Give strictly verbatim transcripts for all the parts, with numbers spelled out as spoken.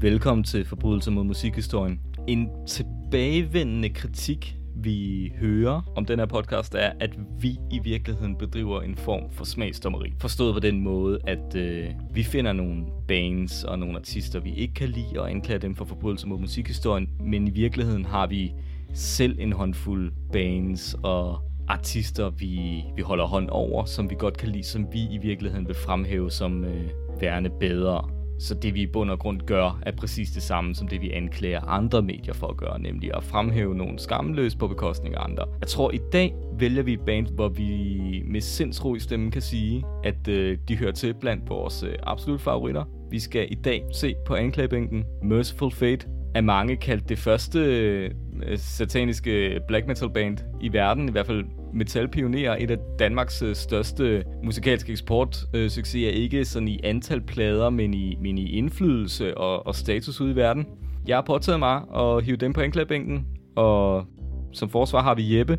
Velkommen til Forbrydelser mod musikhistorien. En tilbagevendende kritik, vi hører om den her podcast, er, at vi i virkeligheden bedriver en form for smagsdommeri. Forstået på den måde, at øh, vi finder nogle bands og nogle artister, vi ikke kan lide, og anklager dem for forbrydelser mod musikhistorien, men i virkeligheden har vi selv en håndfuld bands og artister, vi, vi holder hånd over, som vi godt kan lide, som vi i virkeligheden vil fremhæve som øh, værende bedre. Så det vi i bund og grund gør, er præcis det samme som det vi anklager andre medier for at gøre, nemlig at fremhæve nogen skamløst på bekostning af andre. Jeg tror i dag vælger vi et band, hvor vi med sindsro i stemmen kan sige, at øh, de hører til blandt vores øh, absolut favoritter. Vi skal i dag se på anklagebænken Mercyful Fate, er mange kaldt det første øh, sataniske black metal band i verden, i hvert fald metalpionerer. Et af Danmarks øh, største musikalske eksportsucceser, øh, ikke sådan i antal plader, men i, men i indflydelse og, og status ude i verden. Jeg har påtaget mig at hive dem på anklagebænken, og som forsvar har vi Jeppe.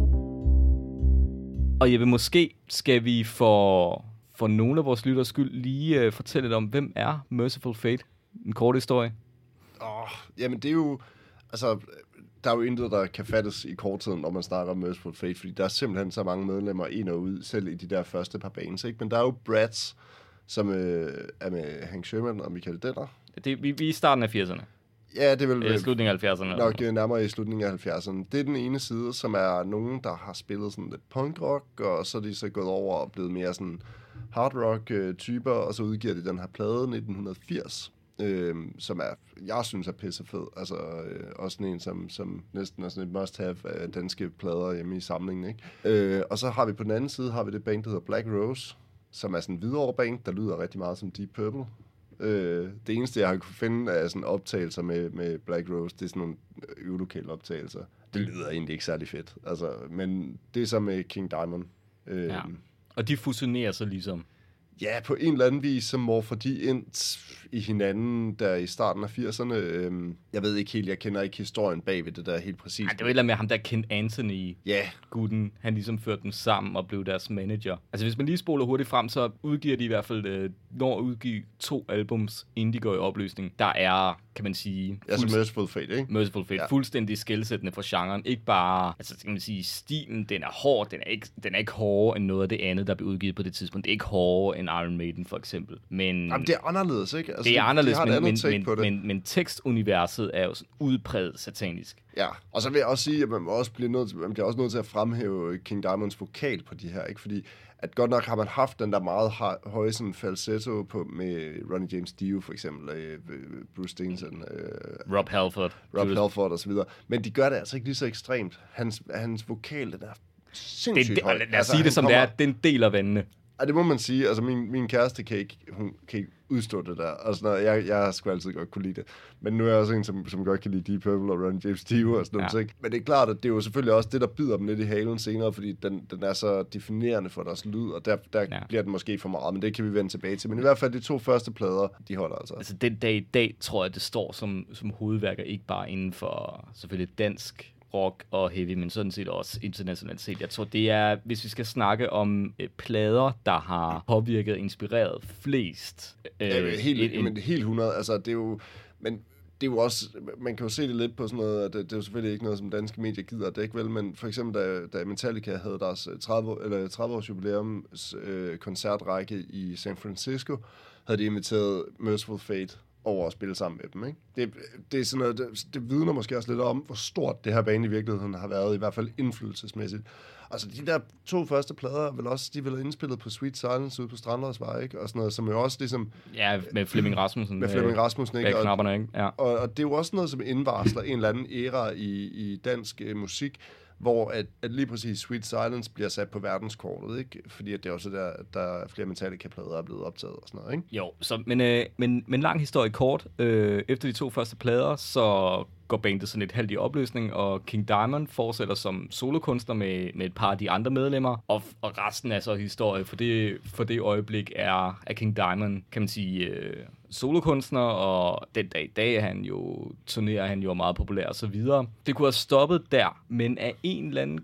Og Jeppe, måske skal vi for, for nogle af vores lytteres skyld lige øh, fortælle lidt om, hvem er Mercyful Fate? En kort historie. Åh, oh, jamen det er jo, altså, der er jo intet, der kan fattes i korttiden, når man snakker om Mercyful Fate, fordi der er simpelthen så mange medlemmer ind og ud, selv i de der første par bands, ikke? Men der er jo Bratz, som øh, er med Hank Sherman og Michael Denner. Det, vi, vi er i starten af firserne. Ja, det er vel... Øh, slutningen af halvfjerdserne. Nok nærmere i slutningen af halvfjerdserne. Det er den ene side, som er nogen, der har spillet sådan lidt punk-rock, og så er de så gået over og blevet mere sådan hard rock-typer, og så udgiver de den her plade nitten firs. Øh, som er, jeg synes er pissefed. Altså øh, også en, som, som næsten er sådan et must-have af danske plader hjemme i samlingen, ikke? Øh, og så har vi på den anden side, har vi det band, der hedder Black Rose, som er sådan en Hvidovre band, der lyder rigtig meget som Deep Purple. Øh, det eneste, jeg har kunne finde, er sådan optagelser med, med Black Rose. Det er sådan nogle øvelokale optagelser. Det lyder egentlig ikke særlig fedt. Altså, men det er så med King Diamond. Øh, ja. Og de fusionerer så ligesom. Ja, på en eller anden vis, så morfer de ind i hinanden der i starten af firserne. Øhm, jeg ved ikke helt, jeg kender ikke historien bag ved det der helt præcis. Ej, det var et eller med ham der Ken Anthony, ja. Yeah. Gutten, han ligesom førte dem sammen og blev deres manager. Altså hvis man lige spoler hurtigt frem, så udgiver de i hvert fald, øh, når udgiver to albums, inden de går i opløsning. Der er, kan man sige... Altså fuldst- Mercyful Fate, ikke? Mercyful Fate, ja. Fuldstændig skelsættende for genren. Ikke bare, altså kan man sige, stilen, den er hård, den er ikke, den er ikke hårdere end noget af det andet, der blev udgivet på det tidspunkt. Det er ikke hårdere end Iron Maiden, for eksempel. Men... Jamen, det er anderledes, ikke? Altså, det er anderledes, de men, men, men, men, men tekstuniverset er jo sådan udpræget satanisk. Ja, og så vil jeg også sige, at man, også bliver nødt til, man bliver også nødt til at fremhæve King Diamonds vokal på de her, ikke? Fordi at godt nok har man haft den der meget høje sådan falsetto på, med Ronnie James Dio for eksempel, øh, Bruce Springsteen, øh, Rob Halford, Rob Halford og så videre. Men de gør det altså ikke lige så ekstremt. Hans, hans vokal, den er sindssygt det, høj. Lad os altså, sige det som kommer, det er, den deler vandene. Ja, det må man sige. Altså, min, min kæreste kan ikke, hun kan ikke udstå det der. Og sådan noget. Jeg, jeg har sgu altid godt kunne lide det. Men nu er jeg også en, som, som godt kan lide Deep Purple og Ronnie James Dio og sådan noget. Ja. Ikke? Men det er klart, at det er jo selvfølgelig også det, der bider dem lidt i halen senere, fordi den, den er så definerende for deres lyd, og der, der ja. bliver den måske for meget, men det kan vi vende tilbage til. Men i hvert fald de to første plader, de holder altså. Altså den dag i dag, tror jeg, det står som, som hovedværker, ikke bare inden for selvfølgelig dansk rock og heavy, men sådan set også internationalt set. Jeg tror, det er, hvis vi skal snakke om øh, plader, der har påvirket og inspireret flest. Øh, ja, helt, et, en, men helt hundrede, altså det er jo, men det er jo også, man kan jo se det lidt på sådan noget, at det, det er jo selvfølgelig ikke noget, som danske medier gider at dække vel, men for eksempel, da, da Metallica havde deres tredive, eller tredive års jubilæums øh, koncertrække i San Francisco, havde de inviteret Mercyful Fate over at spille sammen med dem, ikke? Det, det er sådan noget, det, det vidner måske også lidt om, hvor stort det her band i virkeligheden har været, i hvert fald indflydelsesmæssigt. Altså, de der to første plader, vel også, de ville have indspillet på Sweet Silence ude på Strandrødsvej, ikke? Og sådan noget, som jo også ligesom... Ja, med Flemming Rasmussen. Med Flemming Rasmussen, ikke? Bag knapperne, ikke? Ja. Og, og det er jo også noget, som indvarsler en eller anden æra i, i dansk øh, musik, hvor at, at lige præcis Sweet Silence bliver sat på verdenskortet, ikke? Fordi at det er også der, der er flere Metallica-plader er blevet optaget og sådan noget, ikke? Jo, så, men, øh, men, men lang historie kort. Øh, efter de to første plader, så går bandet sådan et halvt i opløsning, og King Diamond fortsætter som solokunstner med, med et par af de andre medlemmer, og, og resten er så historie, for det, for det øjeblik er, er King Diamond, kan man sige, øh, solokunstner, og den dag i dag er han jo, turnerer han jo meget populær og så videre. Det kunne have stoppet der, men af en eller anden grund,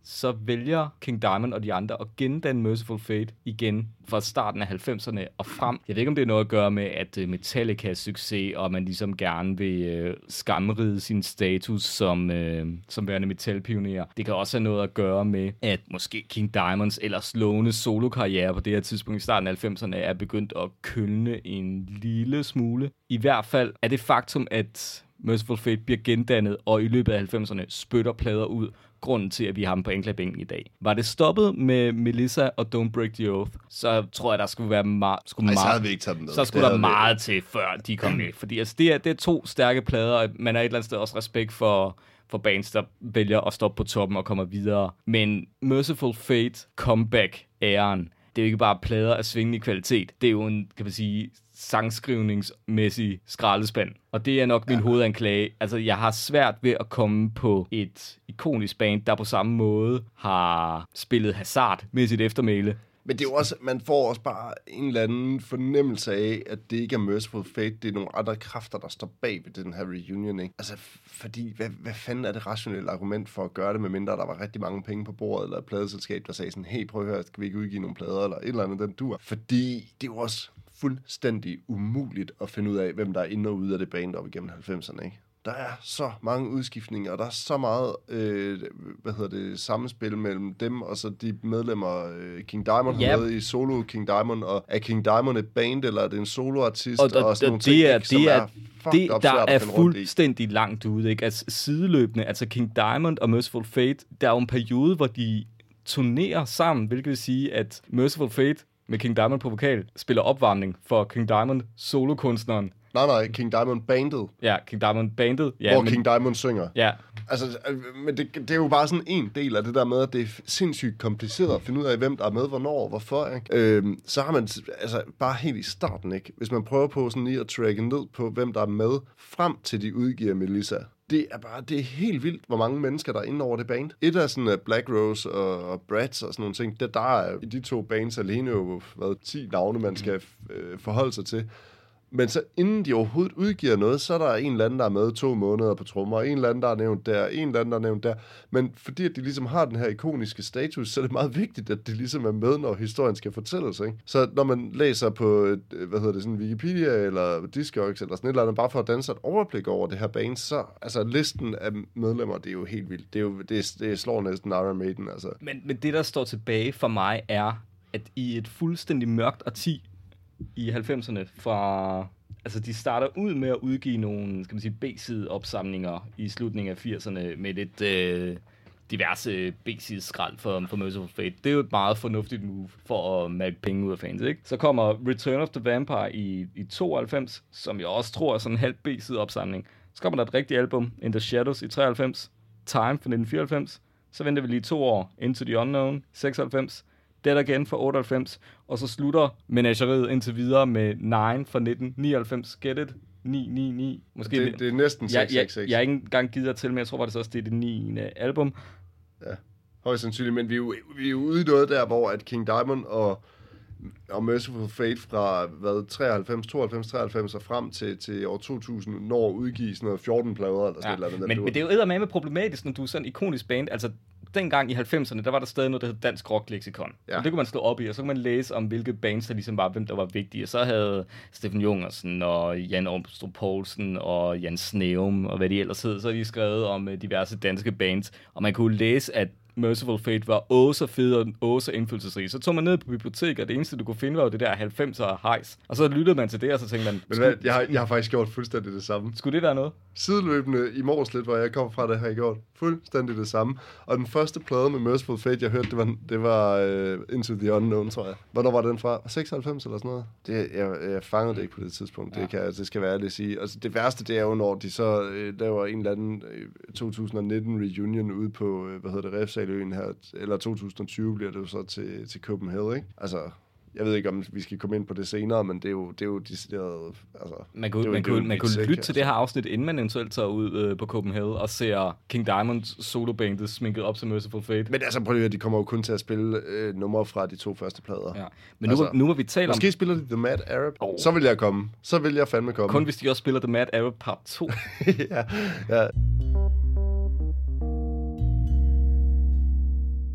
så vælger King Diamond og de andre at gendanne Merciful Fate igen fra starten af halvfemserne og frem. Jeg ved ikke, om det er noget at gøre med, at Metallicas succes, og man ligesom gerne vil øh, skamride sin status som, øh, som værende metalpioner. Det kan også have noget at gøre med, at måske King Diamonds ellers lovende solokarriere på det her tidspunkt i starten af halvfemserne er begyndt at kølne en lille smule. I hvert fald er det faktum, at Merciful Fate bliver gendannet, og i løbet af halvfemserne spytter plader ud, grunden til, at vi har dem på anklagebænken i dag. Var det stoppet med Melissa og Don't Break the Oath, så tror jeg, der skulle være meget... Skulle Ej, meget, så havde vi ikke taget dem med. Så skulle der meget det. til, før de kom med. Fordi altså, det, er, det er to stærke plader, og man har et eller andet sted også respekt for, for bands, der vælger at stoppe på toppen og kommer videre. Men Merciful Fate comeback-æren, det er jo ikke bare plader af svingende kvalitet. Det er jo en, kan man sige, sangskrivningsmæssig skraldespand. Og det er nok min ja. hovedanklage. Altså, jeg har svært ved at komme på et ikonisk band, der på samme måde har spillet hasard med sit eftermæle. Men det er jo også, man får også bare en eller anden fornemmelse af, at det ikke er Merciful Fate, det er nogle andre kræfter, der står bag ved den her reunion, ikke? Altså, fordi, hvad, hvad fanden er det rationelle argument for at gøre det, medmindre der var rigtig mange penge på bordet, eller et pladeselskab, der sagde sådan, hey, prøv at høre, skal vi ikke udgive nogle plader, eller et eller andet, den dur. Fordi det er jo også fuldstændig umuligt at finde ud af, hvem der er inde og ude af det band op igennem halvfemserne, ikke? Der er så mange udskiftninger, og der er så meget, øh, hvad hedder det, sammenspil mellem dem, og så de medlemmer, øh, King Diamond yep. har med i solo King Diamond, og er King Diamond et band, eller er det en soloartist, og, og, og sådan nogle det ting, er, ikke, som det er, er det, der er fuldstændig langt ude, ikke? Altså sideløbende, altså King Diamond og Merciful Fate, der er jo en periode, hvor de turnerer sammen, hvilket vil sige, at Merciful Fate med King Diamond på vokal spiller opvarmning for King Diamond solokunstneren. Nej, nej, King Diamond bandet. Ja, King Diamond bandet. Ja, hvor men... King Diamond synger. Ja. Altså, men det, det er jo bare sådan en del af det der med, at det er sindssygt kompliceret at finde ud af, hvem der er med, hvornår og hvorfor, ikke? Øhm, så har man altså bare helt i starten, ikke? Hvis man prøver på sådan lige at tracke ned på, hvem der er med, frem til de udgiver Melissa. Det er bare, det er helt vildt, hvor mange mennesker, der er inde over det band. Et er sådan uh, Black Rose og, og Bratz og sådan nogle ting. Det, der er i de to bands alene jo været ti navne, man skal øh, forholde sig til. Men så inden de overhovedet udgiver noget, så er der en eller anden, der er med to måneder på trommer, en eller anden, der er nævnt der, en eller anden, der er nævnt der. Men fordi at de ligesom har den her ikoniske status, så er det meget vigtigt, at de ligesom er med, når historien skal fortælles, ikke? Så når man læser på, hvad hedder det, sådan Wikipedia eller Discogs eller sådan et eller andet, bare for at danne sig et overblik over det her band, så altså listen af medlemmer, det er jo helt vildt. Det er jo, det, det slår næsten Iron Maiden, altså. Men, men det, der står tilbage for mig, er, at i et fuldstændig mørkt årti, i halvfemserne fra... Altså, de starter ud med at udgive nogle, skal man sige, B-side opsamlinger i slutningen af firserne med lidt øh, diverse B-side skrald for, for Merciful Fate. Det er jo et meget fornuftigt move for at mærke penge ud af fans, ikke? Så kommer Return of the Vampire i, i tooghalvfems, som jeg også tror er sådan en halv B-side opsamling. Så kommer der et rigtigt album, In the Shadows i treoghalvfems, Time fra nitten fireoghalvfems, så venter vi lige to år, Into the Unknown, seksoghalvfems, Dead Again fra otteoghalvfems, og så slutter menageriet indtil videre med Nine fra nitten nioghalvfems. Get it? ni ni ni. Måske det, det er næsten seks seks seks. Jeg, jeg, jeg har ikke engang givet at til, men jeg tror faktisk også, det er det niende album. Ja, højst sandsynligt, men vi er jo, vi er jo ude i noget der, hvor at King Diamond og, og Merciful Fate fra hvad, treoghalvfems, tooghalvfems, treoghalvfems og frem til, til år to tusind når at udgive sådan noget fjorten plader eller sådan ja, et eller andet. Men, men det er jo eddermame problematisk, når du er sådan en ikonisk band. Altså, dengang i halvfemserne, der var der stadig noget, der hed Dansk Rock Lexikon. Ja. Og det kunne man slå op i, og så kunne man læse om, hvilke bands der ligesom var, hvem der var vigtige. Og så havde Steffen Jungersen og Jan Ormstrup Poulsen og Jan Sneum og hvad de ellers hed, så havde de skrevet om diverse danske bands. Og man kunne læse, at Merciful Fate var åh så fed og åh så indflydelsesrig. Så tog man ned på biblioteket, og det eneste, du kunne finde, var jo det der halvfemser hejs. Og så lyttede man til det, og så tænkte man... Men hvad, jeg, har, jeg har faktisk gjort fuldstændig det samme. Skulle det være noget? Sideløbende i Mårslet, hvor jeg kom fra, det har jeg gjort fuldstændig det samme. Og den første plade med Merciful Fate, jeg hørte, det var, det var uh, Into the Unknown, tror jeg. Hvornår var den fra? seksoghalvfems eller sådan noget? Det, jeg, jeg fangede det ikke på det tidspunkt, ja. det, kan, det skal være ærligt at sige. Altså, det værste, det er jo, når de så uh, laver en eller anden uh, to tusind nitten reunion ude på, uh, hvad hedder det, Refsaløen her, eller to tusind tyve bliver det jo så til, til Copenhagen, ikke? Altså, jeg ved ikke, om vi skal komme ind på det senere, men det er jo, det er jo decideret... Altså, man kunne, man kunne, man kunne lytte altså. til det her afsnit, inden man eventuelt tager ud øh, på Copenhagen og ser King Diamonds solobandet sminket op til Merciful Fate. Men altså, prøv at de kommer jo kun til at spille øh, numre fra de to første plader. Ja. Men nu, altså, nu må vi tale om... Måske spiller de The Mad Arab. Oh. Så vil jeg komme. Så vil jeg fandme komme. Kun hvis de også spiller The Mad Arab part to. ja, ja. Thank you.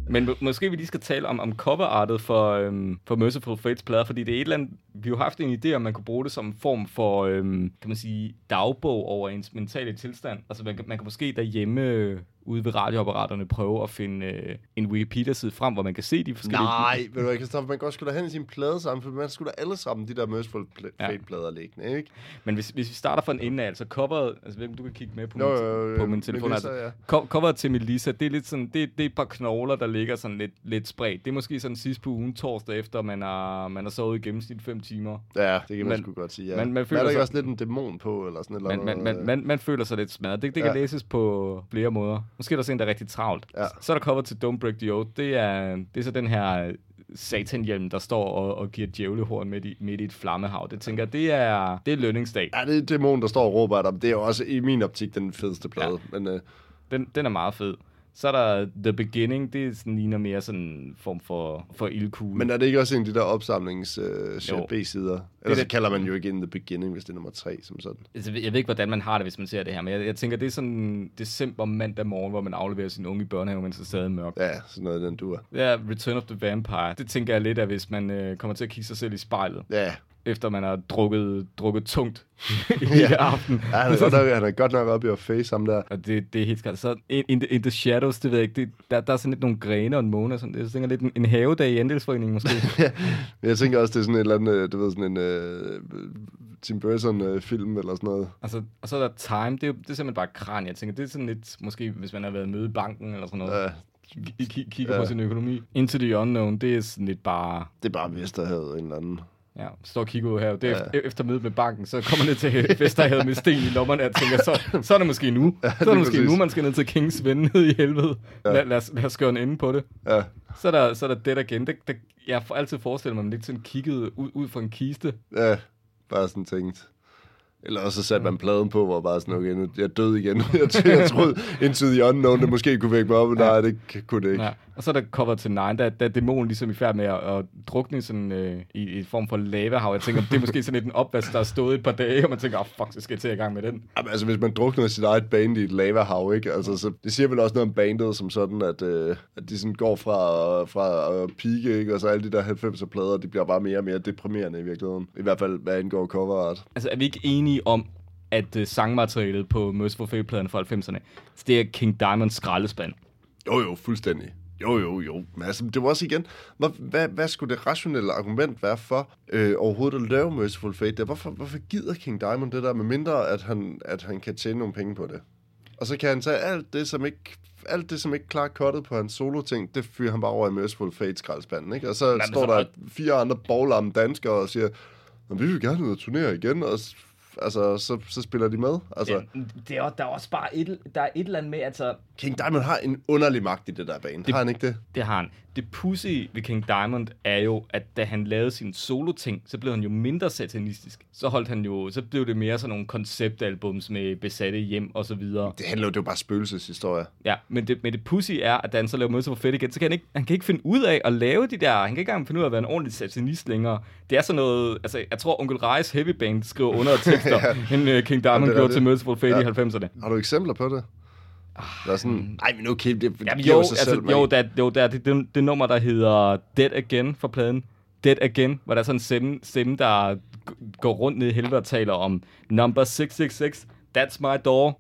Men må, måske vi lige skal tale om, om coverartet for, øhm, for Merciful Fates plader, fordi det er et eller andet, vi har haft en idé, om man kunne bruge det som en form for, øhm, kan man sige, dagbog over ens mentale tilstand. Altså man, man kan måske derhjemme ude ved radioapparaterne prøve at finde øh, en Wikipedia-side frem, hvor man kan se de forskellige... Nej, ved du, jeg kan stoppe. Man kan godt skulle da have sin plade sammen, for man skulle da alle sammen de der Merciful Fate-plader liggende, ikke? Men hvis, hvis vi starter fra en ende af, altså coveret, altså du kan kigge med på, jo, min, jo, jo, på min telefon, Melissa, altså, ja. coveret til Melissa, det er lidt sådan, det, det er et par knogler, der ligger sådan lidt, lidt spredt. Det er måske sådan sidst på ugen, torsdag efter, man har, man har sovet i gennemsnit fem timer. Ja, det kan man, man sgu godt sige, ja. Man, man føler er der ikke sig, også lidt en dæmon på, eller sådan et man, eller andet? Man, man, man, man føler sig lidt smadret. Det, det kan ja. læses på flere måder. Måske er der sådan, der er rigtig travlt. Ja. Så er der cover til Don't Break the Oath. Det er, det er så den her satanhjelm, der står og, og giver djævlehorn midt i, midt i et flammehav. Det tænker jeg, det er, det er lønningsdag. Ja, det er dæmon, der står og råber af dem. Det er jo også i min optik den fedeste plade. Ja. Men, uh... den, den er meget fed. Så er der The Beginning, det sådan, ligner mere sådan en form for, for ildkugle. Men er det ikke også en af de der opsamlings uh, B-sider? Ellers så kalder man jo ikke In The Beginning, hvis det er nummer tre, som sådan. Altså, jeg ved ikke, hvordan man har det, hvis man ser det her, men jeg, jeg tænker, det er sådan december mandag morgen, hvor man afleverer sin unge i børnehave, mens det er stadig mørkt. Ja, sådan noget den duer. Ja, Return of the Vampire. Det tænker jeg lidt af, hvis man øh, kommer til at kigge sig selv i spejlet. Ja. Efter man har drukket, drukket tungt hele ja. aften. Ja, han er, godt nok, han er godt nok op i your face, ham der. Og det, det er helt skarpt. Så in, in, the, in the Shadows, det ved jeg ikke, det, der, der er sådan lidt nogle grene og en måne og sådan. Jeg tænker lidt en, en havedag i andelsforeningen måske. ja, jeg tænker også, det er sådan et eller andet, du ved, sådan en uh, Tim Burton-film eller sådan noget. Altså, og så er der Time, det er, det er simpelthen bare kran. Jeg tænker, det er sådan lidt, måske hvis man har været møde i banken eller sådan noget. Ja. I, I kigger ja. på sin økonomi. Into the Unknown, det er sådan lidt bare... Det er bare Vesterhavet en eller anden. Ja, står og kigger ud her. Det er ja. efter mødet med banken, så kommer ned til Vesterhavet med sten i lommerne, og tænker, så, så er det måske nu. Ja, så er det måske præcis. nu, man skal ned til Kings ven ned i helvede. Ja. Lad, lad, os, lad os gøre en ende på det. Ja. Så er der, så er der det igen. Det, det, jeg får altid forestillet mig, at man lidt sådan kiggede ud, ud fra en kiste. Ja, bare sådan tænkt. Eller også så satte man pladen på, hvor bare sådan, okay, jeg er død igen. jeg, jeg troede, Into the Unknown, det måske kunne vække mig op, men ja. nej, det kunne det ikke. Ja. Og så er der cover til Nine, der, der er dæmonen ligesom i færd med at, at drukne sådan, øh, i, i form for lavahav. Jeg tænker, det er måske sådan en opvask, der har stået et par dage, og man tænker, åh, oh, fuck, så skal jeg til i gang med den. Jamen, altså, hvis man drukner sit eget band i et lavahav, ikke? Altså, så det siger vel også noget om bandet, som sådan, at, øh, at de sådan går fra, fra at pike, ikke? Og så alle de der halvfemser-plader, de bliver bare mere og mere deprimerende i virkeligheden. I hvert fald, hvad angår coverart. Altså, er vi ikke enige om, at uh, sangmaterialet på Merciful Fate-pladerne fra halvfemserne, det er King Diamonds skraldespand? Jo, jo, fuldstændig. Jo, jo, jo. Men altså, det var også igen, hvad, hvad, hvad skulle det rationelle argument være for øh, overhovedet at lave Merciful Fate? Hvorfor, hvorfor gider King Diamond det der, med mindre at han, at han kan tjene nogle penge på det? Og så kan han tage alt det, som ikke, alt det, som ikke klart cuttet på hans solo-ting, det fyrer han bare over i Merciful Fate-skraldespanden, ikke? Og så Nej, står der fire andre boglamme danskere og siger, vi vil gerne ud og turnere igen, og altså, så, så spiller de med. Altså, ja, det er, der er også bare et, der er et eller andet med, altså... King Diamond har en underlig magt i det der bane. Det, har han ikke det? Det har han. Det pussy ved King Diamond er jo, at da han lavede sin solo-ting, så blev han jo mindre satanistisk. Så holdt han jo, så blev det mere sådan nogle konceptalbums med besatte hjem og så videre. Det handler jo, det er jo bare spøgelseshistorie. Ja, men det, men det pussy er, at da han så laver Merciful Fate igen, så kan han ikke, han kan ikke finde ud af at lave de der, han kan ikke engang finde ud af at være en ordentlig satanist længere. Det er sådan noget, altså jeg tror Onkel Reis Heavy Band skriver under tekster, ja. end uh, King Diamond gjorde til Merciful Fate ja. i halvfemserne. Har du eksempler på det? Der er sådan, nej, men okay, det, det Jamen, jo, sig altså, selv. Jo, der, jo, der er det, det, det nummer, der hedder Dead Again fra pladen. Dead Again, hvor der er sådan en stemme, stemme der går rundt ned i helvede og taler om number seks seks seks, that's my door.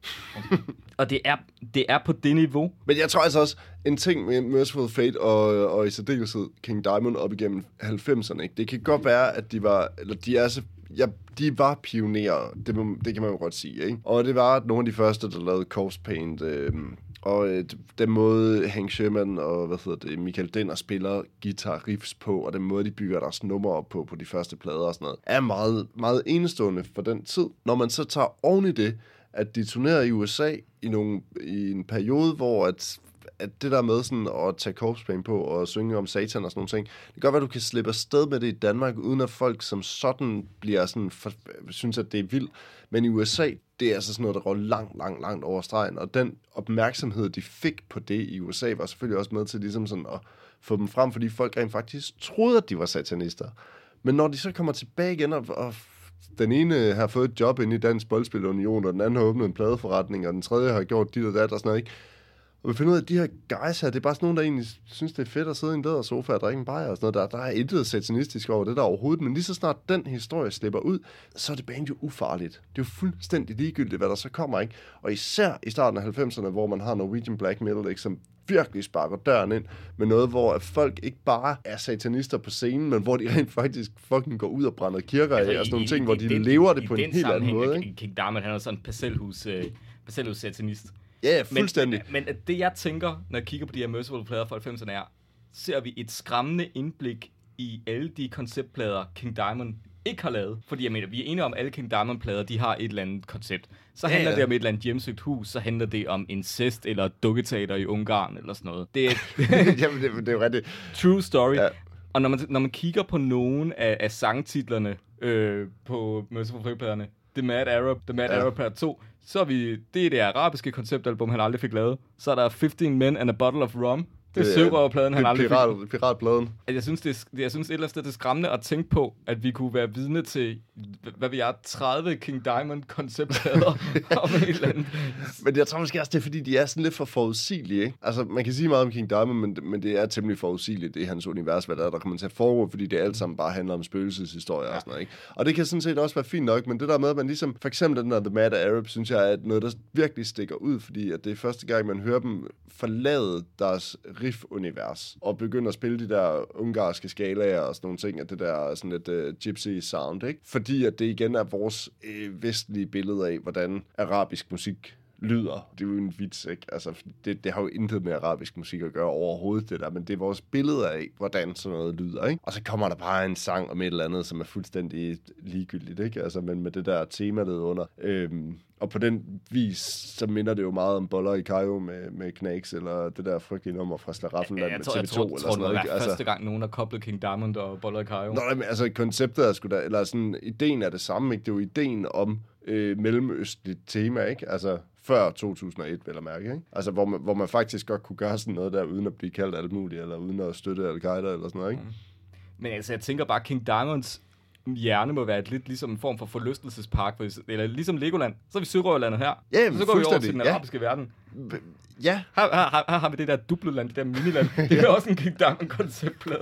Og det er, det er på det niveau. Men jeg tror altså også, en ting med Merciful Fate og, og i særdeleshed King Diamond op igennem halvfemserne, ikke? Det kan godt være, at de var, eller de er så, ja, de var pionerer, det, det kan man jo godt sige, ikke? Og det var nogle af de første, der lavede Corpse Paint, øh, og øh, den måde Hank Sherman og hvad hedder det, Michael Denner spiller guitar riffs på, og den måde, de bygger deres numre op på, på de første plader og sådan noget, er meget, meget enestående for den tid. Når man så tager oven i det, at de turnerede i U S A i, nogle, i en periode, hvor at, at det der med sådan at tage Corpse Paint på og synge om satan og sådan nogle ting, det kan godt være, at du kan slippe afsted med det i Danmark, uden at folk som sådan bliver sådan, for, synes, at det er vildt. Men i U S A, det er altså sådan noget, der går langt, langt, langt over stregen. Og den opmærksomhed, de fik på det i U S A, var selvfølgelig også med til ligesom sådan at få dem frem, fordi folk rent faktisk troede, at de var satanister. Men når de så kommer tilbage igen og, og den ene har fået et job inde i Dansk Boldspilunion, og den anden har åbnet en pladeforretning, og den tredje har gjort dit og dat og sådan noget, ikke? Og vi finder ud af, at de her guys her, det er bare sådan nogen, der egentlig synes, det er fedt at sidde i en lædersofa og drikke en bajer og sådan noget. Der, der er intet satanistisk over det der overhovedet, men lige så snart den historie slipper ud, så er det band jo ufarligt. Det er jo fuldstændig ligegyldigt, hvad der så kommer, ikke? Og især i starten af halvfemserne, hvor man har Norwegian Black Metal, ikke, som virkelig sparker døren ind med noget, hvor folk ikke bare er satanister på scenen, men hvor de rent faktisk fucking går ud og brænder kirker altså, af og sådan nogle ting, hvor de den, lever det på en helt anden måde. Ikke? King Diamond, han er sådan en parcelhus, øh, parcelhus satanist. Ja, yeah, fuldstændig. Men, men, men det jeg tænker, når jeg kigger på de her Merciful-plader fra halvfemserne er, ser vi et skræmmende indblik i alle de konceptplader, King Diamond ikke har lavet. Fordi jeg mener, vi er enige om, at alle King Diamond-plader, de har et eller andet koncept. Så handler ja, ja. det om et eller andet hjemsøgt hus, så handler det om incest eller dukketeater i Ungarn eller sådan noget. Det er, Jamen, det, det er jo rigtigt. True story. Ja. Og når man, når man kigger på nogle af, af sangtitlerne øh, på Merciful-pladerne, The Mad Arab, The Mad ja. Arab Part to, så er vi, det er det arabiske konceptalbum, han aldrig fik lavet. Så er der fifteen Men and a Bottle of Rum. Det er sørøverpladen, han aldrig pirat, fik. Piratpladen. Jeg synes, det er, jeg synes et eller andet sted, det er skræmmende at tænke på, at vi kunne være vidne til, hvad vi er, tredive King Diamond konceptplader om et eller andet. Men jeg tror måske også, det er, fordi de er sådan lidt for forudsigelige, ikke? Altså, man kan sige meget om King Diamond, men, men det er temmelig forudsigeligt, det er hans univers, hvad der er, der kommer til at foregå, fordi det alt sammen bare handler om spøgelseshistorier ja. og sådan noget, ikke? Og det kan sådan set også være fint nok, men det der med, at man ligesom, for eksempel den der The Mad Arab, synes jeg er noget, der virkelig stikker ud, fordi at det er første gang, man hører dem forlade deres riff-univers, og begynder at spille de der ungarske skalaer og sådan nogle ting, at det der sådan lidt uh, gypsy sound, ikke? Fordi at det igen er vores øh, vestlige billede af, hvordan arabisk musik lyder. Det er jo en vits, ikke? Altså, det, det har jo intet med arabisk musik at gøre overhovedet, det der, men det er vores billede af, hvordan sådan noget lyder, ikke? Og så kommer der bare en sang om et eller andet, som er fuldstændig ligegyldigt, ikke? Altså, men med det der tema nede under. Øhm, og på den vis, så minder det jo meget om Boller i Cairo med, med Knacks, eller det der frygtelige nummer fra Slaraffenland med T V to, jeg tror, eller tror, sådan noget, ikke? Det er første gang, nogen har koblet King Diamond og Boller i Cairo. Nå, men altså, konceptet er sgu da, eller sådan, ideen er det samme, ikke? Det er jo ideen om øh, mellemøstligt tema, ikke? Altså, før to tusind og et, vil jeg mærke, ikke? Altså, hvor man, hvor man faktisk godt kunne gøre sådan noget der, uden at blive kaldt alt muligt, eller uden at støtte Al-Qaida, eller sådan noget, ikke? Mm. Men altså, jeg tænker bare, King Diamonds hjerne må være et lidt ligesom en form for forlystelsespark, eller ligesom Legoland. Så er vi Sørøverlandet her. Ja, så går vi over til den arabiske ja. verden. Ja. Her, her, her har vi det der Duploland, det der miniland. Det er ja. også en King Diamond-konceptplade.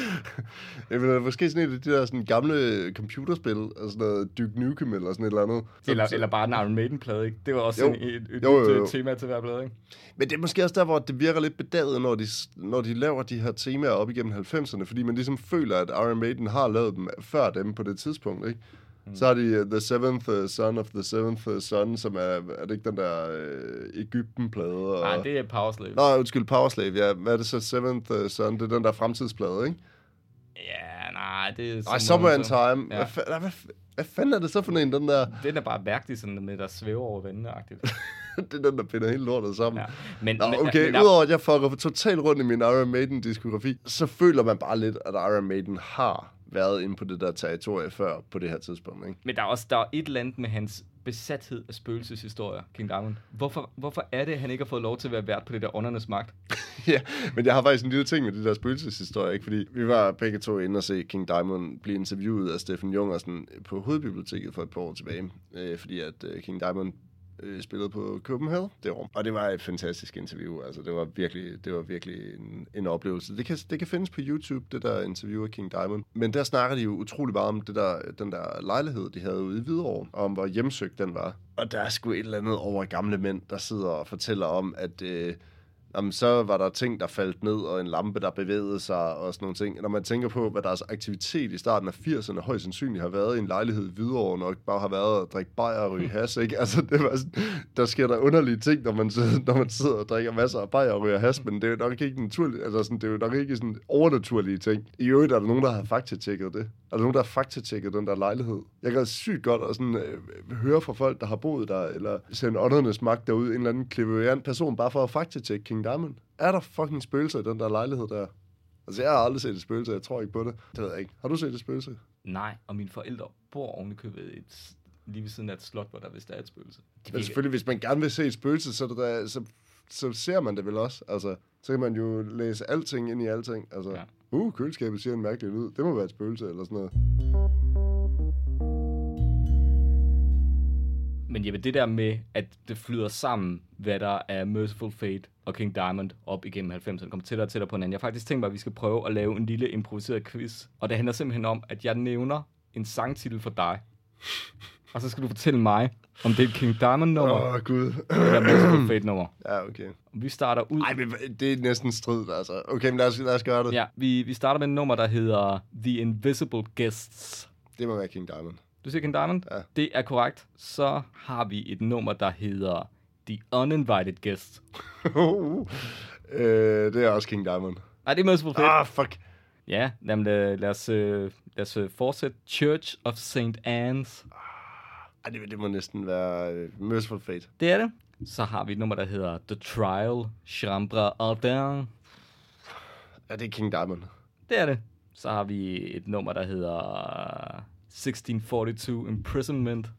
Jeg ved, måske sådan et af de der sådan gamle computerspil, altså sådan noget Duke Nukem eller sådan et eller andet. Eller, eller bare en Iron Maiden-plade, ikke? Det var også jo. en, et, et jo, jo, jo. nyt tema til hver plade, ikke? Men det er måske også der, hvor det virker lidt bedaget, når de, når de laver de her temaer op igennem halvfemserne, fordi man ligesom føler, at Iron Maiden har lavet dem før dem på det tidspunkt, ikke? Mm. Så har de uh, The Seventh uh, Son of the Seventh uh, Son, som er, er det ikke den der uh, Egypten-plade? Og... Nej, det er Powerslave. Nå, undskyld, Powerslave, ja. Hvad er det så, Seventh uh, Son? Det er den der fremtidsplade, ikke? Ja, nej, det er... Nej, Summer in Time. Ja. Hvad, fa- hvad, hvad fanden er det så for en, den der... Den er bare mærkelig, sådan med, der svæver over vandene-agtigt. Det er den, der finder hele lortet sammen. Ja. Men, Nå, men, okay, men, der... udover at jeg fucker totalt rundt i min Iron Maiden-diskografi, så føler man bare lidt, at Iron Maiden har været inde på det der territorie før på det her tidspunkt, ikke? Men der er også der er et eller andet med hans besathed af spøgelseshistorier, King Diamond. Hvorfor, hvorfor er det, at han ikke har fået lov til at være vært på det der åndernes magt? Ja, men jeg har faktisk en lille ting med det der spøgelseshistorie, ikke? Fordi vi var begge to inde og se King Diamond blive interviewet af Steffen Jungersen på Hovedbiblioteket for et par år tilbage, øh, fordi at øh, King Diamond øh, spillede på Copenhagen det år. Og det var et fantastisk interview. Altså, det var virkelig, det var virkelig en, en oplevelse. Det kan, det kan findes på YouTube, det der interview af King Diamond. Men der snakker de jo utrolig meget om det der, den der lejlighed, de havde ude i Hvidovre, og om hvor hjemsøgt den var. Og der er sgu et eller andet over gamle mænd, der sidder og fortæller om, at... Øh, Jamen, så var der ting, der faldt ned, og en lampe, der bevægede sig, og sådan nogle ting. Når man tænker på, hvad deres aktivitet i starten af firserne højst sandsynligt har været i en lejlighed i Hvidovre, og bare har været at drikke bajer og ryge hash, ikke? Altså, det var sådan, der sker der underlige ting, når man, sidder, når man sidder og drikker masser af bajer og ryger hash, men det er jo nok ikke naturligt, altså sådan, det er jo nok ikke sådan overnaturlige ting. I øvrigt er der nogen, der har faktatjekket det. Er der nogen, der har faktatjekket den der lejlighed? Jeg kan sygt godt at sådan, øh, høre fra folk, der har boet der, eller sende åndernes magt derude, en eller anden klaverant person, bare for at faktatjekke King Diamond. Er der fucking spøgelser i den der lejlighed der? Altså, jeg har aldrig set et spøgelse, jeg tror ikke på det. Det ved jeg ikke. Har du set et spøgelse? Nej, og mine forældre bor ovenikøbet et, lige ved siden af et slot, hvor der vist er et spøgelse. Men selvfølgelig, hvis man gerne vil se et spøgelse, så, det der, så, så ser man det vel også. Altså, så kan man jo læse alting ind i alting. Altså, ja. uh, køleskabet siger en mærkelig lyd. Det må være et spøgelse eller sådan noget. Men jeg ved det der med, at det flyder sammen, hvad der er Merciful Fate og King Diamond op igennem halvfemserne, kommer tættere og tættere på hinanden. Jeg har faktisk tænkt mig, at vi skal prøve at lave en lille improviseret quiz. Og det handler simpelthen om, at jeg nævner en sangtitel for dig. Og så skal du fortælle mig, om det er et King Diamond-nummer, Åh, oh, gud. eller Merciful Fate-nummer. Ja, okay. Vi starter ud... Ej, men det er næsten strid, altså. Okay, men lad os, lad os gøre det. Ja, vi, vi starter med et nummer, der hedder The Invisible Guests. Det må være King Diamond. Du siger King Diamond? Ja. Det er korrekt. Så har vi et nummer, der hedder The Uninvited Guest. øh, det er også King Diamond. Nej, det er Merciful Fate. Ah, fuck. Ja, jamen, lad, lad os, øh, lad os øh, fortsætte. Church of Saint Anne's. Ej, det, det må næsten være uh, Merciful Fate. Det er det. Så har vi et nummer, der hedder The Trial, Chambre Ardente. Ja, det er King Diamond. Det er det. Så har vi et nummer, der hedder seksten fireogfyrre Imprisonment.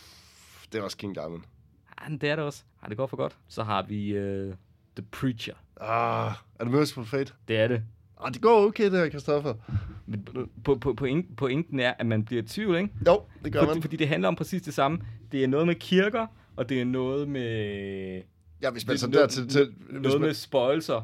Det er også King Diamond. Ja, det er det også. Ja, det går for godt. Så har vi uh, The Preacher. Ah, er det Merciful Fate? Det er det. Ah, det går okay, det her, Christoffer. Men på, på, point, pointen er, at man bliver i tvivl, ikke? Jo, det gør For, man. fordi det handler om præcis det samme. Det er noget med kirker, og det er noget med... Ja, hvis man så det, dertil... Til, noget hvis man, med spøjelser.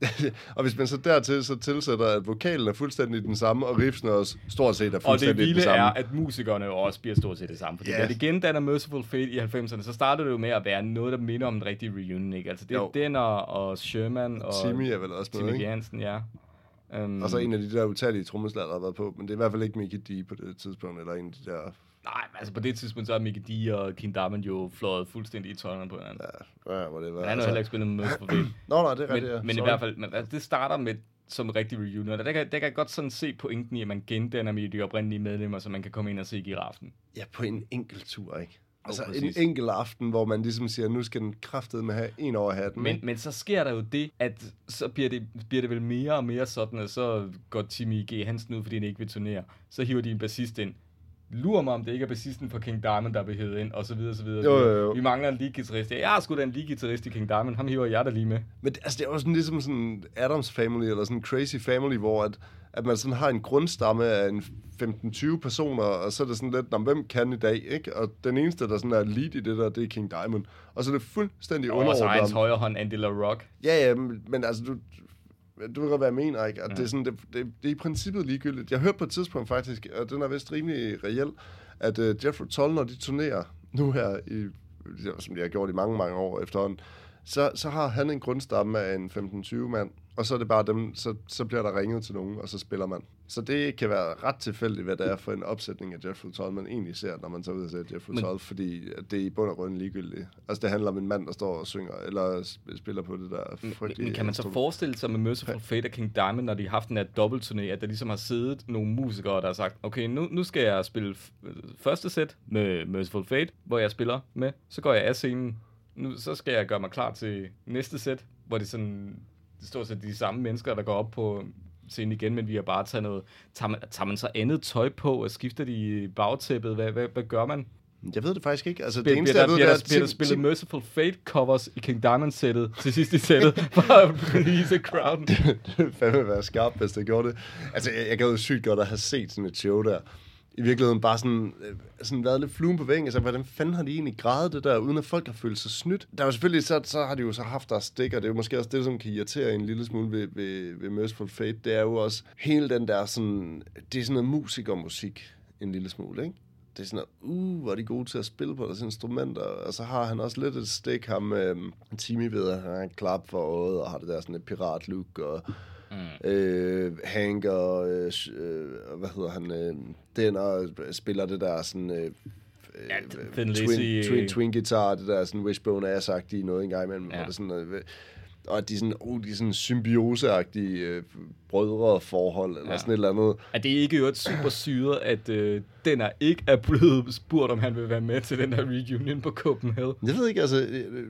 og hvis man så dertil så tilsætter, at vokalen er fuldstændig den samme, og riffsene også stort set er Og det fuldstændig vilde det samme. er, at musikerne jo også bliver stort set det samme. Fordi Ja. da det gendanner Merciful Fate i halvfemserne, så startede det jo med at være noget, der minder om en rigtig reunion, ikke? Altså det er Jo. den og, og Sherman og Timmy er vel også med, Timmy ikke? Jansen, ja. Um, Og så en af de der utallige trommeslager, der har været på, men det er i hvert fald ikke Mickey D på det tidspunkt, eller en af de der... Nej, altså på det tidspunkt, så er Mickey D og King Diamond jo fløjet fuldstændig i tøjlerne på hinanden. Ja, ja, hvor det var. Men han har jo heller ikke spillet med Merciful Fate. Nå, nej, det er rigtigt, Men, ja. men i Sorry. hvert fald, men, altså, det starter med som en rigtig reunion, og der kan, der kan jeg godt sådan se pointen i, at man gendanner med de oprindelige medlemmer, så man kan komme ind og se giraffen. Ja, på en enkelt tur, ikke? Altså Jo, en præcis. enkelt aften, hvor man ligesom siger, nu skal den kraftedeme have en over hatten. Men, ikke? men så sker der jo det, at så bliver det, bliver det vel mere og mere sådan, at så går Timmy G. Hansen ud, fordi han ikke vil turnere. Så hiver de en bassist ind. Lurer mig, om det ikke er bassisten for King Diamond, der er behevet ind, og så videre, så videre. Jo, jo, jo. Vi mangler en lead-guitarist. Ja, jeg har sgu da en lead-guitarist i King Diamond. Ham hiver jeg da lige med. Men det- altså, det er jo sådan ligesom sådan Adams Family, eller sådan Crazy Family, hvor at, at man sådan har en grundstamme af en femten tyve personer, og så er det sådan lidt, "Nå, hvem kan i dag, ikke? Og den eneste, der sådan er lead i det der, det er King Diamond. Og så er det fuldstændig Og så er hans underordnet. højre hånd, Andy LaRock. Ja, ja, men, men altså, du, du ved godt, hvad jeg mener, ikke? At Ja. det, er sådan, det, det, det er i princippet ligegyldigt. Jeg hørte på et tidspunkt faktisk, og den er vist rimelig reel, at uh, Jethro Tull, når de turnerer nu her, i, som de har gjort i mange, mange år efterhånden, så, så har han en grundstamme af en femten tyve mand, og så er det bare dem, så, så bliver der ringet til nogen, og så spiller man. Så det kan være ret tilfældigt, hvad det er for en opsætning af Jethro Tull, man egentlig ser, når man tager ud og ser Jethro Men- Tull, fordi at det er i bund og grund ligegyldigt. Altså det handler om en mand, der står og synger, eller sp- spiller på det der Men, frygtelige men kan man så instrument. forestille sig med Merciful Fate og King Diamond, når de har haft den her dobbeltturné, at der ligesom har siddet nogle musikere, der har sagt, okay, nu, nu skal jeg spille f- første sæt med Merciful Fate, hvor jeg spiller med, så går jeg af scenen, nu, så skal jeg gøre mig klar til næste sæt, hvor det sådan, det står så de samme mennesker, der går op på scenen igen, men vi har bare taget noget, tager man, tager man så andet tøj på, og skifter de bagtæppet, hvad, hvad, hvad gør man? Jeg ved det faktisk ikke. Altså, det Bliver, eneste, bliver, jeg der, ved, bliver, det der, er... bliver der Tim- spillet Tim- Merciful Fate covers i King Diamond-sættet til sidst i sættet, for at please crowden. det ville fandme være skarpt, hvis det gjorde det. Altså, jeg, jeg gad jo sygt godt at have set sådan et show der. I virkeligheden bare sådan, øh, sådan været lidt fluen på væggen. Altså, hvordan fanden har de egentlig grædet det der, uden at folk har følt sig snydt? Der er jo selvfølgelig, så, så har de jo så haft deres stik, og det er jo måske også det, som kan irritere en lille smule ved, ved, ved Merciful Fate. Det er jo også hele den der sådan, det er sådan noget musikermusik, en lille smule, ikke? Det er sådan noget, uh, hvor er de gode til at spille på deres instrumenter, og så har han også lidt et stik, ham øh, Timmy ved, at han har en klap for øjet, og har det der sådan et pirat-look, og mm. øh, Hank og, øh, øh, hvad hedder han, øh, den og spiller det der sådan, øh, Ja, øh, Thin Lizzy. twin, twin, twin guitar, det der sådan Wishbone Ass-agtige noget engang imellem, Ja. hvor det sådan, øh, og at de er sådan, oh, de er sådan symbioseagtige øh, brødreforhold, eller Ja. sådan et eller andet. Er det ikke jo et super syret, at øh, den er ikke er blevet spurgt, om han vil være med til den her reunion på Copenhagen? Jeg ved ikke, altså, øh, øh,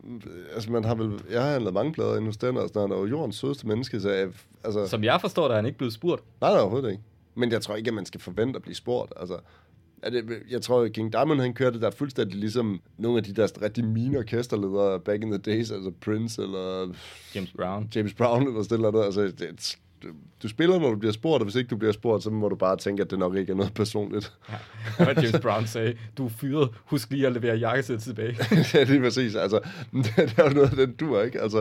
altså man har vel, jeg har handlet mange plader inde hos den, og sådan, han er jo jordens sødeste menneske, så jeg, altså, Som jeg forstår, der er han ikke blevet spurgt. nej, nej, overhovedet ikke. Men jeg tror ikke, at man skal forvente at blive spurgt, altså. Er det, jeg tror, at King Diamond, han kørte der fuldstændig ligesom nogle af de der rigtig mine orkesterledere back in the days, altså Prince eller James Brown. James Brown eller sådan noget. Altså, det, du, du spiller, når du bliver spurgt, og hvis ikke du bliver spurgt, så må du bare tænke, at det nok ikke er noget personligt. Ja, og James Brown sagde, du er fyret, husk lige at levere jakkesæt tilbage. Ja, det er præcis. Altså, det er jo noget af den dur, ikke? Altså,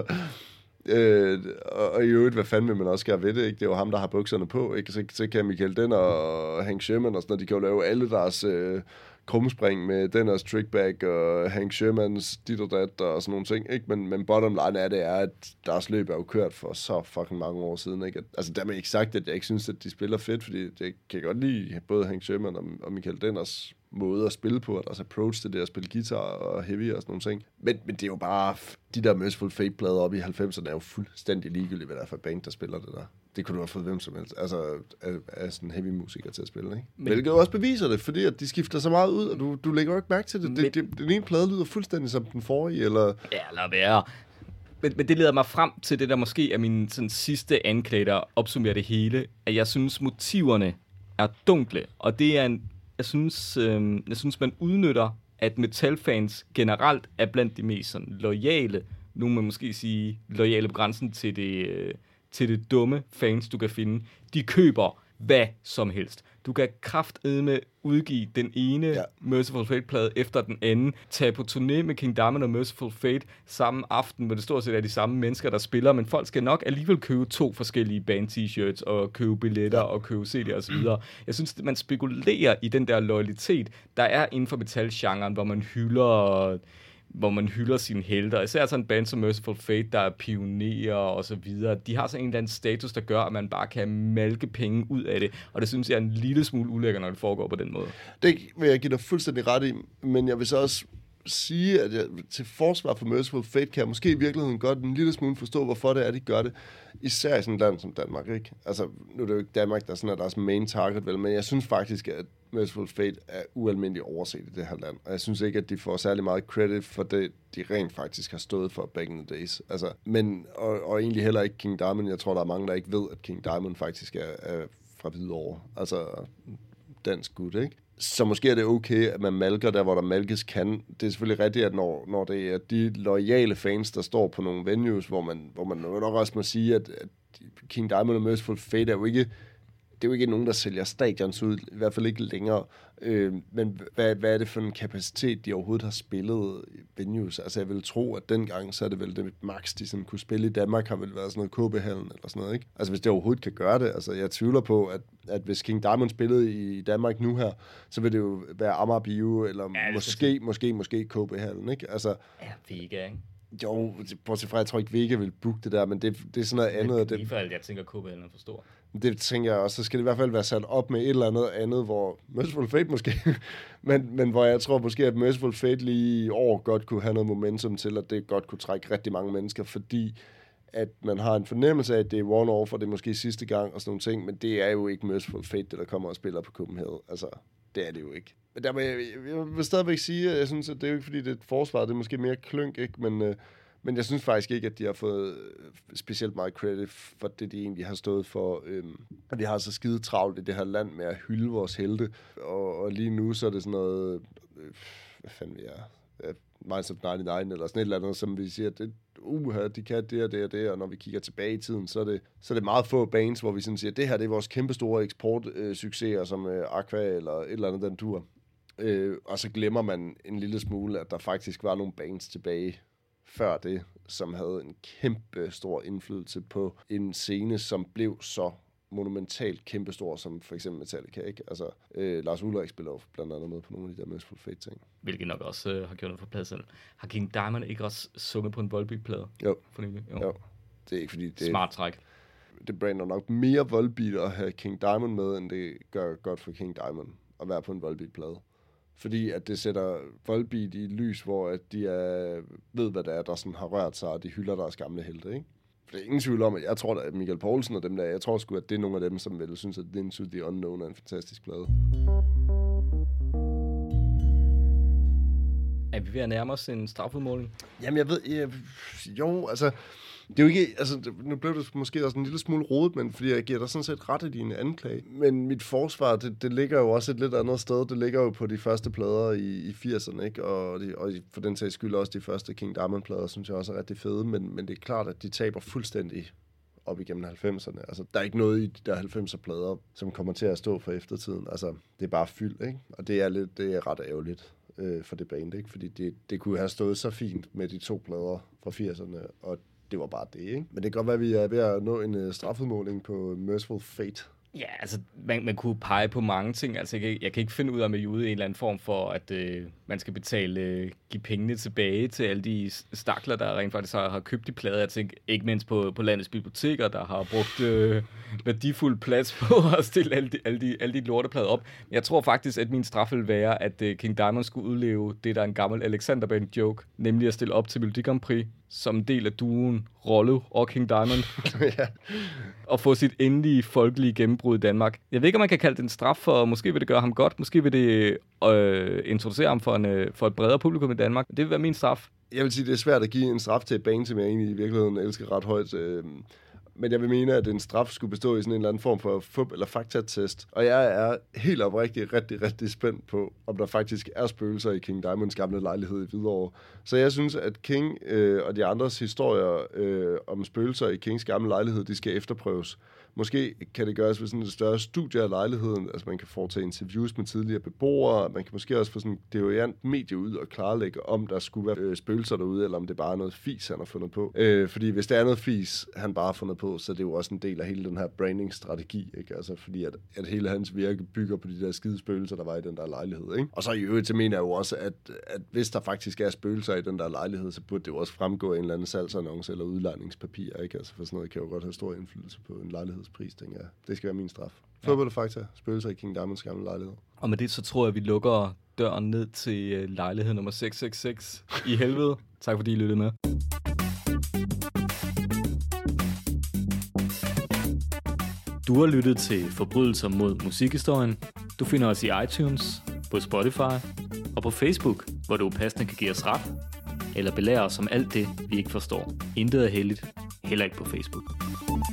øh, og, og i øvrigt, hvad fanden vil man også gøre ved det, ikke? Det er jo ham, der har bukserne på, ikke? Så, så kan Michael Denner og Hank Sherman og sådan noget, de kan jo lave alle deres øh, krumspring med Denners trickback og Hank Shermans dit og dat og sådan nogle ting, ikke? Men, men bottom line er det er, at deres løb er jo kørt for så fucking mange år siden, ikke? At, altså, der er ikke sagt, at jeg ikke synes, at de spiller fedt, fordi jeg kan godt lide både Hank Sherman og, og Michael Denners måde at spille på, deres approach til det at spille guitar og heavy og sådan nogle ting. Men, men det er jo bare, de der Mercyful Fate-plader op i halvfemserne er jo fuldstændig ligegyldigt, hvad der er for band, der spiller det der. Det kunne du have fået hvem som helst, altså af, af sådan heavy musikere til at spille, ikke? Men, hvilket jo også beviser det, fordi at de skifter så meget ud, og du, du lægger jo ikke mærke til det. Men, det, det. Den ene plade lyder fuldstændig som den forrige, eller... Ja, lad være. Men, men det leder mig frem til det, der måske er min sådan, sidste anklage, der opsummerer det hele, at jeg synes, motiverne er dunkle, og det er en Jeg synes, øh, jeg synes, man udnytter, at metalfans generelt er blandt de mest sådan, loyale, nu må man måske sige loyale på grænsen til det, øh, til det dumme fans, du kan finde. De køber hvad som helst. Du kan kraftedme udgive den ene ja. Mercyful Fate-plade efter den anden, tage på turné med King Diamond og Mercyful Fate samme aften, hvor det stort set er de samme mennesker, der spiller, men folk skal nok alligevel købe to forskellige band-t-shirts og købe billetter og købe C D'er osv. Jeg synes, at man spekulerer i den der loyalitet, der er inden for metal-genren, hvor man hylder... hvor man hylder sine helter. Især sådan en band som Mercyful Fate, der er pionerer og så videre. De har sådan en eller anden status, der gør, at man bare kan malke penge ud af det. Og det synes jeg er en lille smule ulækker, når det foregår på den måde. Det vil jeg give dig fuldstændig ret i, men jeg vil så også sige, at jeg, til forsvar for Mercyful Fate, kan jeg måske i virkeligheden godt en lille smule forstå, hvorfor det er, de gør det. Især i sådan et land som Danmark, ikke? Altså, nu er det jo ikke Danmark, der sådan er deres main target, vel, men jeg synes faktisk, at Mercyful Fate er ualmindeligt overset i det her land. Og jeg synes ikke, at de får særlig meget credit for det, de rent faktisk har stået for back in the days. Altså, men, og, og egentlig heller ikke King Diamond. Jeg tror, der er mange, der ikke ved, at King Diamond faktisk er, er fra Hvidovre. Altså, dansk gut, ikke? Så måske er det okay, at man malker der, hvor der malkes kan. Det er selvfølgelig rigtigt, at når, når det er de loyale fans, der står på nogle venues, hvor man, hvor man nok også må sige, at, at King Diamond og Mercyful Fate er jo ikke... Det er jo ikke nogen, der sælger stadions ud, i hvert fald ikke længere. Øh, men hvad, hvad er det for en kapacitet, de overhovedet har spillet i venues? Altså jeg vil tro, at dengang, så er det vel det max, de sådan kunne spille i Danmark, har vel været sådan noget K B-hallen eller sådan noget, ikke? Altså hvis det overhovedet kan gøre det. Altså jeg tvivler på, at, at hvis King Diamond spillede i Danmark nu her, så vil det jo være Amager Bio, eller ja, måske, måske, måske K B-hallen, ikke? Altså, ja, Vega, ikke? Jo, bortset fra, jeg tror ikke, Vega vil booke det der, men det, det er sådan noget andet. Det er i hvert fald, jeg tænker, K B-hallen er for stor. Det tænker jeg også. Så skal det i hvert fald være sat op med et eller andet andet, hvor Mercyful Fate måske, men, men hvor jeg tror måske, at Mercyful Fate lige i år godt kunne have noget momentum til, at det godt kunne trække rigtig mange mennesker, fordi at man har en fornemmelse af, at det er one-off, og det er måske sidste gang og sådan nogle ting, men det er jo ikke Mercyful Fate, det der kommer og spiller på Copenhagen. Altså, det er det jo ikke. Men der vil jeg, jeg vil stadigvæk sige, at jeg synes, at det er jo ikke, fordi det er et forsvar, det er måske mere klønk, ikke? Men... Øh, Men jeg synes faktisk ikke, at de har fået specielt meget credit for det, de egentlig har stået for. Øhm, og de har så skide travlt i det her land med at hylde vores helte. Og, og lige nu så er det sådan noget... Øh, hvad fanden vi er? Minds of nioghalvfems eller sådan et eller andet, som vi siger, at det, uha, de kan det og det og det. Og når vi kigger tilbage i tiden, så er det, så er det meget få bands, hvor vi sådan siger, at det her det er vores kæmpestore eksportsucceser, øh, som øh, Aqua eller et eller andet den tur. Øh, og så glemmer man en lille smule, at der faktisk var nogle bands tilbage før det, som havde en kæmpe stor indflydelse på en scene, som blev så monumentalt kæmpestor, som for eksempel Metallica, ikke? Altså, øh, Lars Ulrik spiller jo blandt andet med på nogle af de der Mercyful Fate-ting. Hvilket nok også øh, har gjort noget for pladsen. Har King Diamond ikke også sunget på en Volbeat-plade? Jo. For nylig? Jo. Jo. Det er ikke fordi... Det, smart træk. Det brander nok mere Volbeat at have King Diamond med, end det gør godt for King Diamond at være på en Volbeat-plade. Fordi at det sætter Volbeat i lys, hvor at de er, ved, hvad det er, der sådan har rørt sig, og de hylder deres gamle helte, ikke? For det er ingen tvivl om, at jeg tror, at Michael Poulsen og dem der, jeg tror sgu, at det er nogle af dem, som vel synes, at Into the Unknown er en fantastisk plade. Er vi ved at nærme os en strafudmåling? Jamen, jeg ved... Jeg, jo, altså... Det er jo ikke... Altså, nu blev det måske også en lille smule rodet, men fordi jeg giver dig sådan set ret i din anklage. Men mit forsvar, det, det ligger jo også et lidt andet sted. Det ligger jo på de første plader i, i firserne, ikke? Og, de, og for den sags skyld også de første King Diamond-plader, synes jeg også er rigtig fede. Men, men det er klart, at de taber fuldstændig op igennem halvfemserne. Altså, der er ikke noget i de der halvfemser-plader, som kommer til at stå for eftertiden. Altså, det er bare fyld, ikke? Og det er, lidt, det er ret ærgerligt øh, for det band, ikke? Fordi det, det kunne have stået så fint med de to plader fra firserne, og det var bare det, ikke? Men det kan godt være, at vi er ved at nå en uh, strafudmåling på Merciful Fate. Ja, altså, man, man kunne pege på mange ting. Altså, jeg, jeg kan ikke finde ud af med Jude en eller anden form for, at øh, man skal betale, øh, give pengene tilbage til alle de stakler, der rent faktisk har, har købt de plader. Jeg tænker ikke mindst på, på landets biblioteker, der har brugt øh, værdifuld plads på at stille alle de, alle de, alle de lorteplader op. Men jeg tror faktisk, at min straf vil være, at øh, King Diamond skulle udleve det, der er en gammel Alexander Band joke, nemlig at stille op til Melodi Grand Prix som en del af duoen Rollo og King Diamond, ja. Og få sit endelige folkelige gennembrud i Danmark. Jeg ved ikke, om man kan kalde det en straf, for måske vil det gøre ham godt, måske vil det øh, introducere ham for, en, øh, for et bredere publikum i Danmark. Det vil være min straf. Jeg vil sige, det er svært at give en straf til et band, som jeg egentlig i virkeligheden elsker ret højt. Øh, men jeg vil mene, at en straf skulle bestå i sådan en eller anden form for fup- eller faktatest. Og jeg er helt oprigtigt rigtig, rigtig spændt på, om der faktisk er spøgelser i King Diamonds gamle lejlighed i Hvidovre. Så jeg synes, at King øh, og de andres historier øh, om spøgelser i Kings gamle lejlighed, de skal efterprøves. Måske kan det gøres ved sådan et større studie af lejligheden, altså man kan foretage interviews med tidligere beboere, man kan måske også få sådan et deviant medie ud og klarlægge, om der skulle være øh, spøgelser derude, eller om det bare er noget fis, han har fundet på. Øh, fordi hvis det er noget fis, han bare har fundet på, så det er jo også en del af hele den her branding-strategi, ikke? Altså fordi at, at hele hans virke bygger på de der skide spøgelser, der var i den der lejlighed, ikke? Og så i øvrigt, så mener jeg jo også, at, at hvis der faktisk er spøgelser i den der lejlighed, så burde det jo også fremgå en eller anden salgsannonce eller udlejningspapir, ikke? Altså for sådan noget kan jo godt have stor indflydelse på en lejlighedspris, tænker jeg. Det skal være min straf. Fodbold og fakta. Spøgelser i King Diamonds gamle lejlighed. Og med det, så tror jeg, at vi lukker døren ned til lejlighed nummer seks seks seks i helvede. Tak fordi I lyttede med. Du har lyttet til Forbrydelser mod musikhistorien. Du finder os i iTunes, på Spotify og på Facebook, hvor du passende kan give os ret, eller belære os om alt det, vi ikke forstår. Intet er heldigt, heller ikke på Facebook.